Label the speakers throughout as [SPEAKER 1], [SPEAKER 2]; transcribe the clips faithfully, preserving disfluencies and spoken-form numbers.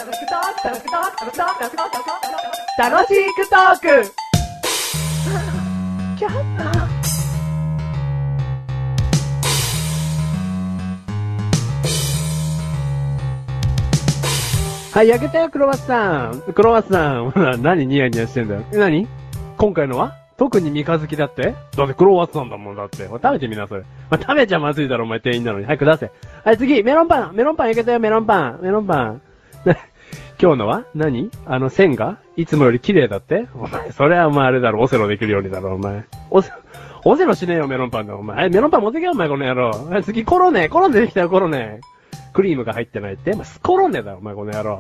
[SPEAKER 1] 楽しくトークはい、焼けたよ、クロワッサン。クロワッサン。何ニヤニヤしてんだよ。何今回のは特に三日月だって？だってクロワッサンだもんだって。食べてみな、それ。まあ、食べちゃまずいだろ、お前店員なのに。早く出せ。はい、次、メロンパン。メロンパン焼けたよ、メロンパン。メロンパン。今日のは何あの線がいつもより綺麗だってお前、それはお前あれだろ、オセロできるようにだろ、お前。オセロ、オセロしねえよ、メロンパンだ、お前。はい、メロンパン持ってけよ、お前、この野郎。はい、次、コロネ。コロネできたよ、コロネ。クリームが入ってないって。まあ、スコロネだよ、お前、この野郎。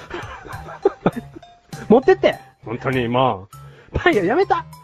[SPEAKER 1] 持ってって。本当に、もう。パン屋やめた。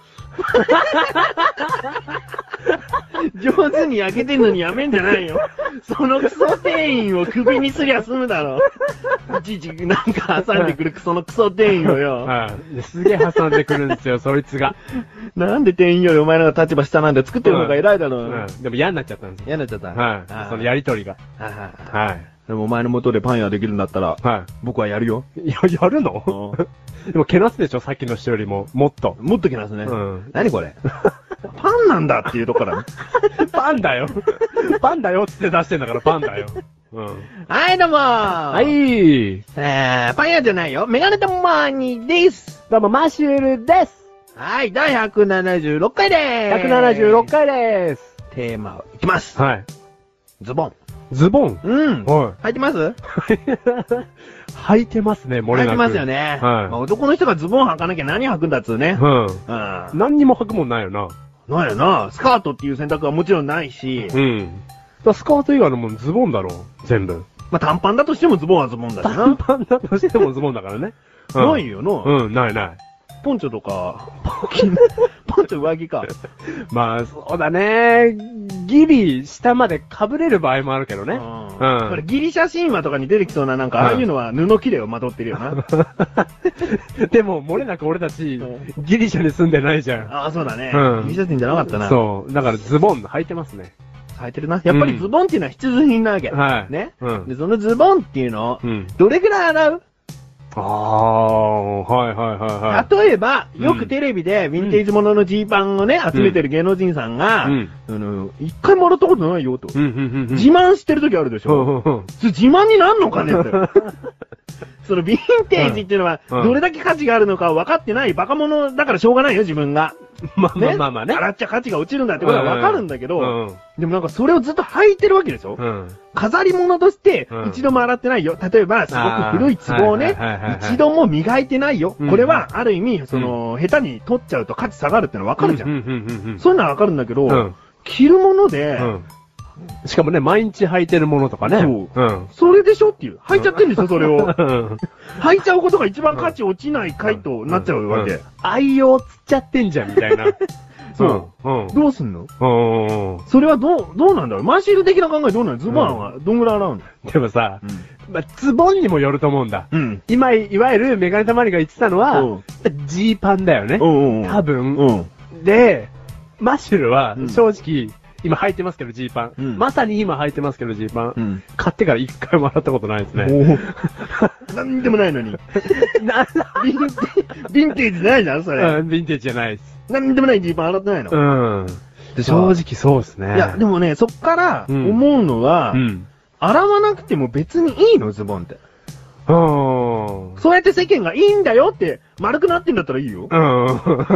[SPEAKER 2] 上手に焼けてんのにやめんじゃないよ。そのクソ店員をクビにすりゃ済むだろ。いちいちなんか挟んでくるそのクソ店員をよ。
[SPEAKER 1] はい。すげえ挟んでくるんですよ、そいつが。
[SPEAKER 2] なんで店員よりお前の立場下なんで作ってるのが偉いだろう。
[SPEAKER 1] うんうん、でも嫌になっちゃったんですよ。
[SPEAKER 2] 嫌になっちゃった。
[SPEAKER 1] はい。そのやりとりが。
[SPEAKER 2] はい。はい。でもお前の元でパン屋できるんだったら、はい。僕はやるよ。
[SPEAKER 1] や、やるの？でも、けなすでしょさっきの人よりも、もっと。
[SPEAKER 2] もっとけなすね。
[SPEAKER 1] うん。
[SPEAKER 2] 何これパンなんだっていうところだね。
[SPEAKER 1] パンだよ。パンだよって出してんだからパンだよ。うん。
[SPEAKER 2] はい、どうもー。
[SPEAKER 1] はい。
[SPEAKER 2] えー、パン屋じゃないよ。メガネタマーニです。
[SPEAKER 1] どうも、マシュルです。
[SPEAKER 2] はい、だいひゃくななじゅうろっかいでーす。
[SPEAKER 1] ひゃくななじゅうろっかいでーす。
[SPEAKER 2] テーマをいきます。
[SPEAKER 1] はい。
[SPEAKER 2] ズボン。
[SPEAKER 1] ズボン
[SPEAKER 2] うん。
[SPEAKER 1] はい。
[SPEAKER 2] 履いてます
[SPEAKER 1] 履いてますね、漏れなく。
[SPEAKER 2] 履いてますよね。はい。まあ、男の人がズボン履かなきゃ何履くんだっつうね。
[SPEAKER 1] うん。うん。
[SPEAKER 2] 何
[SPEAKER 1] にも履くもんないよな。
[SPEAKER 2] ないよな。スカートっていう選択はもちろんないし。
[SPEAKER 1] うん。だスカート以外のもんズボンだろ、全部。
[SPEAKER 2] まあ、短パンだとしてもズボンはズボンだしな。
[SPEAKER 1] 短パンだとしてもズボンだからね。
[SPEAKER 2] うん、ないよな。
[SPEAKER 1] うん、ないない。
[SPEAKER 2] ポンチョとか、ポンチョ上着か。
[SPEAKER 1] まあ、そうだね。ギリ、下まで被れる場合もあるけどね。
[SPEAKER 2] うん。これギリシャ神話とかに出てきそうな、なんか、ああいうのは布切れをまとってるよな。
[SPEAKER 1] でも、漏れなく俺たち、ギリシャに住んでないじゃん。
[SPEAKER 2] ああ、そうだね。
[SPEAKER 1] うん。
[SPEAKER 2] ギリシャ人じゃなかったな。
[SPEAKER 1] そう。だからズボン履いてますね。
[SPEAKER 2] 履いてるな。やっぱりズボンっていうのは必需品なわけ。
[SPEAKER 1] はい。
[SPEAKER 2] ね。
[SPEAKER 1] うん。
[SPEAKER 2] で、そのズボンっていうのを、
[SPEAKER 1] うん。
[SPEAKER 2] どれくらい洗う？
[SPEAKER 1] ああ、はいはいはいはい。
[SPEAKER 2] 例えば、よくテレビでヴィンテージもののジーパンをね、集めてる芸能人さんが、うん、あの、一回も洗ったことないよと。うんうんうんうん、自慢してる時あるでしょ。うんうん、自慢になんのかねって。そのヴィンテージっていうのは、どれだけ価値があるのか分かってないバカ者だからしょうがないよ、自分が。
[SPEAKER 1] まあまあまあまあね。
[SPEAKER 2] 洗っちゃ価値が落ちるんだってことは分かるんだけど、うんうん、でもなんかそれをずっと履いてるわけでしょ、うん、飾り物として一度も洗ってないよ。例えば、すごく古い壺をね、一度も磨いてないよ。これは、ある意味、その、下手に取っちゃうと価値下がるってのは分かるじゃん。そういうのは分かるんだけど、うん、着るもので、うん
[SPEAKER 1] しかもね、毎日履いてるものとかね。
[SPEAKER 2] そう。うん。それでしょっていう。履いちゃってるんですよ、それを。履いちゃうことが一番価値落ちない回答になっちゃうわけ。
[SPEAKER 1] 愛用つっちゃってんじゃん、みたいな。
[SPEAKER 2] そう。うん。どうすんの
[SPEAKER 1] うん。
[SPEAKER 2] それはどう、どうなんだろうマシール的な考えどうなのズボンはどんぐらい洗うの
[SPEAKER 1] でもさ、まあ、ズボンにもよると思うんだ。うん。今、いわゆるメガネたまりが言ってたのは、ジーパンだよね。うん。多分。うん。で、マッシュルは、正直、今履いてますけど、ジーパン、うん。まさに今履いてますけど、ジーパン、うん。買ってから一回も洗ったことないですね。
[SPEAKER 2] なんでもないのに。な、ヴィンテージないじゃん、それ。
[SPEAKER 1] うん、ヴィンテージじゃないです。
[SPEAKER 2] なんでもないジーパン洗ってないの。
[SPEAKER 1] うん。正直そうですね。
[SPEAKER 2] いや、でもね、そっから思うのは、うん、洗わなくても別にいいの、ズボンって。うん。そうやって世間がいいんだよって、丸くなってんだったらいいよ。うん。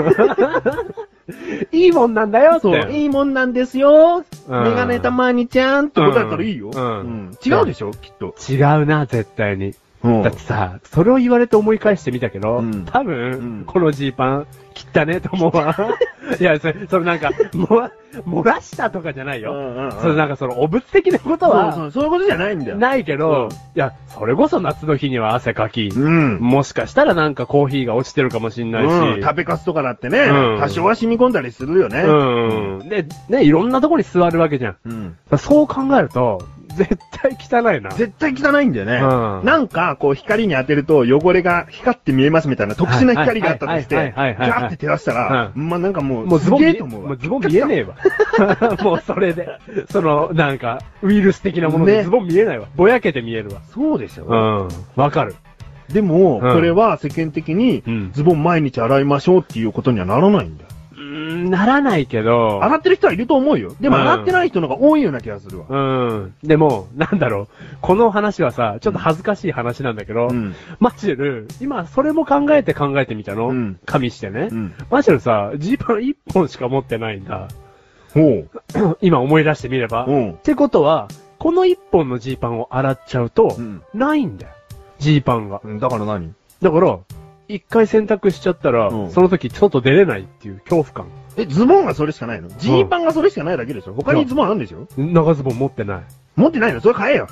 [SPEAKER 1] いいもんなんだよって。
[SPEAKER 2] そう、いいもんなんですよ。うん、メガネたまにちゃんってことだったらいいよ。うん。うん、違うでしょ、きっと。
[SPEAKER 1] 違うな、絶対に。うん、だってさ、それを言われて思い返してみたけど、うん、多分、うん、このジーパン、切ったねと思うわ。いや、それ、それなんか、も、漏らしたとかじゃないよ。うんうんうん、それなんかその、お物的なことは、
[SPEAKER 2] そうそう、そういうことじゃないんだよ。
[SPEAKER 1] ないけど、うん、いや、それこそ夏の日には汗かき、うん、もしかしたらなんかコーヒーが落ちてるかもしんないし、うん、
[SPEAKER 2] 食べかすとかだってね、うん、多少は染み込んだりするよね。
[SPEAKER 1] うん。で、ね、いろんなとこに座るわけじゃん。うん、そう考えると、絶対汚いな。
[SPEAKER 2] 絶対汚いんだよね。うん、なんか、こう光に当てると汚れが光って見えますみたいな特殊な光があったとして、ガーって照らしたら、うん、まあ、なんかもう、
[SPEAKER 1] もうズボン見えと思うわ。もうズボン見えねえわ。もうそれで、その、なんか、ウイルス的なものでズボン見えないわ。ぼやけて見えるわ。
[SPEAKER 2] そうでしょ。
[SPEAKER 1] うん。わかる。
[SPEAKER 2] でも、
[SPEAKER 1] うん
[SPEAKER 2] これは世間的に
[SPEAKER 1] うん、
[SPEAKER 2] ズボン毎日洗いましょうっていうことにはならないんだよ。
[SPEAKER 1] うーん、ならないけど。
[SPEAKER 2] 洗ってる人はいると思うよ。でも
[SPEAKER 1] うん
[SPEAKER 2] 洗ってない人の方が多いような気がするわ。
[SPEAKER 1] うん。でも、なんだろう。この話はさ、ちょっと恥ずかしい話なんだけど、
[SPEAKER 2] うん
[SPEAKER 1] マシュル、今それも考えて考えてみたの、
[SPEAKER 2] うん
[SPEAKER 1] 加味してね。
[SPEAKER 2] うん
[SPEAKER 1] マシュルさ、ジーパンいっぽんしか持ってないんだ。
[SPEAKER 2] ほ
[SPEAKER 1] 今思い出してみれば。
[SPEAKER 2] う。うん。
[SPEAKER 1] ってことは、このいっぽんのジーパンを洗っちゃうと、
[SPEAKER 2] うん
[SPEAKER 1] ないんだよ。ジーパンが。
[SPEAKER 2] だから何
[SPEAKER 1] だから、一回洗濯しちゃったら、
[SPEAKER 2] うん
[SPEAKER 1] その時外出れないっていう恐怖感。
[SPEAKER 2] え、ズボンがそれしかないの？ジーパンがそれしかないだけでしょ？他にズボンあるんでしょ？
[SPEAKER 1] 長ズボン持ってない。
[SPEAKER 2] 持ってないの？それ買えよ。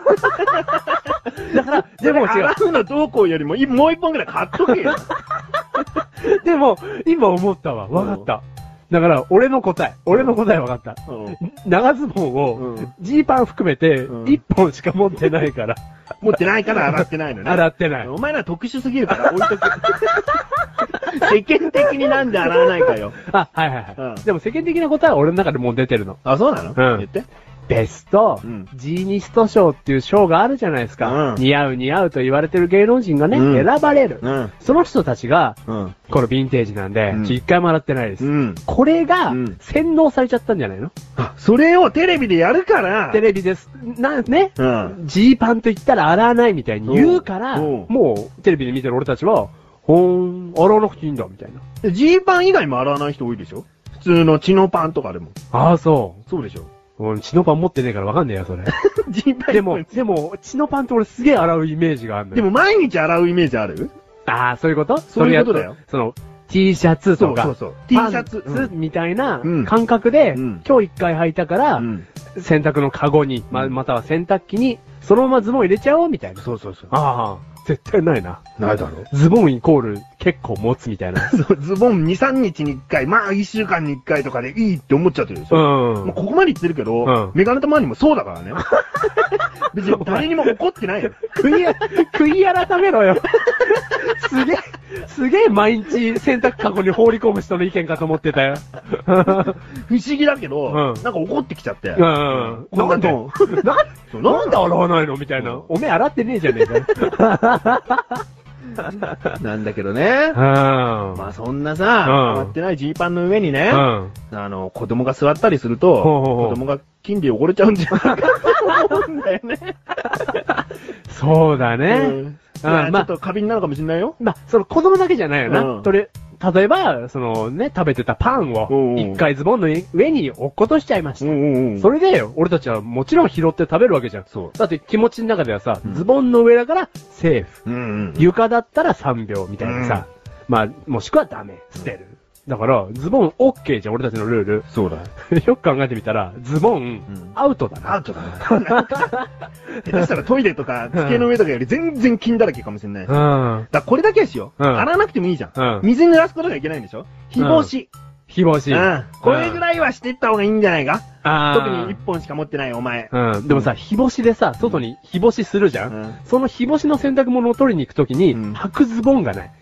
[SPEAKER 1] だから、でも違う。
[SPEAKER 2] 洗うのどうこうよりも、いもう一本ぐらい買っとけよ。
[SPEAKER 1] でも、今思ったわ。わかった。だから、俺の答え。俺の答えわかった。
[SPEAKER 2] うん
[SPEAKER 1] 長ズボン
[SPEAKER 2] う
[SPEAKER 1] を
[SPEAKER 2] ん、
[SPEAKER 1] ジーパン含めて
[SPEAKER 2] う、ん
[SPEAKER 1] いっぽんしか持ってないから、
[SPEAKER 2] 持ってないから洗ってないのね。
[SPEAKER 1] 洗ってない。
[SPEAKER 2] お前ら特殊すぎるから置いとく。世間的になんで洗わないかよ。
[SPEAKER 1] あ、はいはいはい。
[SPEAKER 2] うん
[SPEAKER 1] でも世間的な答えは俺の中でもう出てるの。
[SPEAKER 2] あ、そうなの？
[SPEAKER 1] ん
[SPEAKER 2] 言って。
[SPEAKER 1] ベスト、
[SPEAKER 2] うん
[SPEAKER 1] ジーニスト賞っていう賞があるじゃないですか。
[SPEAKER 2] うん
[SPEAKER 1] 似合う似合うと言われてる芸能人がね、
[SPEAKER 2] うん
[SPEAKER 1] 選ばれる。
[SPEAKER 2] うん。
[SPEAKER 1] その人たちが、
[SPEAKER 2] うん。
[SPEAKER 1] このヴィンテージなんで、
[SPEAKER 2] うん
[SPEAKER 1] ちょ一回も洗ってないです。
[SPEAKER 2] うん。
[SPEAKER 1] これが
[SPEAKER 2] うん、
[SPEAKER 1] 洗脳されちゃったんじゃないの、
[SPEAKER 2] あ、それをテレビでやるから。
[SPEAKER 1] テレビです。な、ね、
[SPEAKER 2] うん。
[SPEAKER 1] ジーパンと言ったら洗わないみたいに言うから、
[SPEAKER 2] うん
[SPEAKER 1] もうテレビで見てる俺たちは、ほーん、洗わなくていいんだ、みたいな。
[SPEAKER 2] ジーパン以外も洗わない人多いでしょ？普通のチノパンとかでも。
[SPEAKER 1] ああ、そ
[SPEAKER 2] そうでしょ？
[SPEAKER 1] う。俺、チノパン持ってねえからわかんねえや、それ。
[SPEAKER 2] ジーパン
[SPEAKER 1] でも、でも、チノパンって俺すげえ洗うイメージがあるのよ。
[SPEAKER 2] でも毎日洗うイメージある？
[SPEAKER 1] ああ、そういうこと
[SPEAKER 2] そういうことだよ。
[SPEAKER 1] それやっとその、T シャツとか、
[SPEAKER 2] そうそうそう T シャツ
[SPEAKER 1] パンツみたいな
[SPEAKER 2] うん
[SPEAKER 1] 感覚で、
[SPEAKER 2] うん
[SPEAKER 1] 今日一回履いたから、
[SPEAKER 2] うん。
[SPEAKER 1] 洗濯のカゴに、ま、
[SPEAKER 2] うん
[SPEAKER 1] または洗濯機に、そのままズボン入れちゃおうみたいな。
[SPEAKER 2] そうそうそう。
[SPEAKER 1] ああ、絶対ないな。
[SPEAKER 2] ないだろ？
[SPEAKER 1] ズボンイコール結構持つみたいな。
[SPEAKER 2] そう、ズボンに、さんにちにいっかい、まあいっしゅうかんにいっかいとかでいいって思っちゃってるでし
[SPEAKER 1] う
[SPEAKER 2] ょ？
[SPEAKER 1] ん。
[SPEAKER 2] もうここまで言ってるけど、
[SPEAKER 1] うん
[SPEAKER 2] メガネとマーニもそうだからね。別に誰にも怒ってないよ。
[SPEAKER 1] 食い、食い改めろよ。すげえ、すげえ毎日洗濯カゴに放り込む人の意見かと思ってたよ。
[SPEAKER 2] 不思議だけど、
[SPEAKER 1] うん
[SPEAKER 2] なんか怒ってきちゃって。
[SPEAKER 1] うん。
[SPEAKER 2] こんな
[SPEAKER 1] なんで
[SPEAKER 2] の
[SPEAKER 1] な、
[SPEAKER 2] そう
[SPEAKER 1] なんで洗わないのみたいな。
[SPEAKER 2] うん
[SPEAKER 1] おめえ洗ってねえじゃねえかよ。
[SPEAKER 2] なんだけどね。
[SPEAKER 1] うん。
[SPEAKER 2] まあそんなさ、
[SPEAKER 1] うん
[SPEAKER 2] 洗ってないジーパンの上にね、
[SPEAKER 1] うん。
[SPEAKER 2] あの、子供が座ったりすると、
[SPEAKER 1] ほうほうほう
[SPEAKER 2] 子供が金で汚れちゃうんじゃないかと思うんだよね。
[SPEAKER 1] そうだね。
[SPEAKER 2] うんいや
[SPEAKER 1] まあ
[SPEAKER 2] ちょっと過敏なのかもしれないよ。
[SPEAKER 1] まあ、その子供だけじゃないよな。
[SPEAKER 2] うん
[SPEAKER 1] それ、例えば、そのね、食べてたパン
[SPEAKER 2] うん
[SPEAKER 1] を、
[SPEAKER 2] うん
[SPEAKER 1] 一回ズボンの上に落っことしちゃいました。
[SPEAKER 2] んうん
[SPEAKER 1] それで、俺たちはもちろん拾って食べるわけじゃん。
[SPEAKER 2] そう。
[SPEAKER 1] だって気持ちの中ではさ、
[SPEAKER 2] うん
[SPEAKER 1] ズボンの上だからセーフ。
[SPEAKER 2] うんうん。
[SPEAKER 1] 床だったらさんびょうみたいなさ。まあ、もしくはダメ。捨てる。だから、ズボン OK じゃん、俺たちのルール。
[SPEAKER 2] そうだ。
[SPEAKER 1] よく考えてみたら、ズボン、
[SPEAKER 2] ん
[SPEAKER 1] アウトだな。
[SPEAKER 2] アウトだね。なんか下手したらトイレとか、机の上とかより全然金だらけかもしれない。だか
[SPEAKER 1] うん。
[SPEAKER 2] らこれだけはしよう。
[SPEAKER 1] うん
[SPEAKER 2] 洗わなくてもいいじゃん。
[SPEAKER 1] うん
[SPEAKER 2] 水に濡らすことがいけないんでしょ？日干し。
[SPEAKER 1] 日干し。
[SPEAKER 2] うん。これぐらいはしていった方がいいんじゃないか？
[SPEAKER 1] あ
[SPEAKER 2] 特に一本しか持ってないお前。
[SPEAKER 1] うん。でもさ、日干しでさ、外に日干しするじゃん、
[SPEAKER 2] うん
[SPEAKER 1] その日干しの洗濯物を取りに行くときに、
[SPEAKER 2] うん
[SPEAKER 1] 履くズボンがない。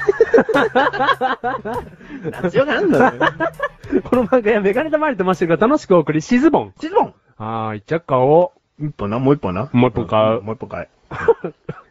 [SPEAKER 2] 必要なんだよ。
[SPEAKER 1] この番組はメガネとマリとマッシュルが楽しくお送り、シズボン。
[SPEAKER 2] チズボン
[SPEAKER 1] あー、いっちゃっかおう。
[SPEAKER 2] 一本な、もう一本な。
[SPEAKER 1] もう一本買う
[SPEAKER 2] もう一本買え。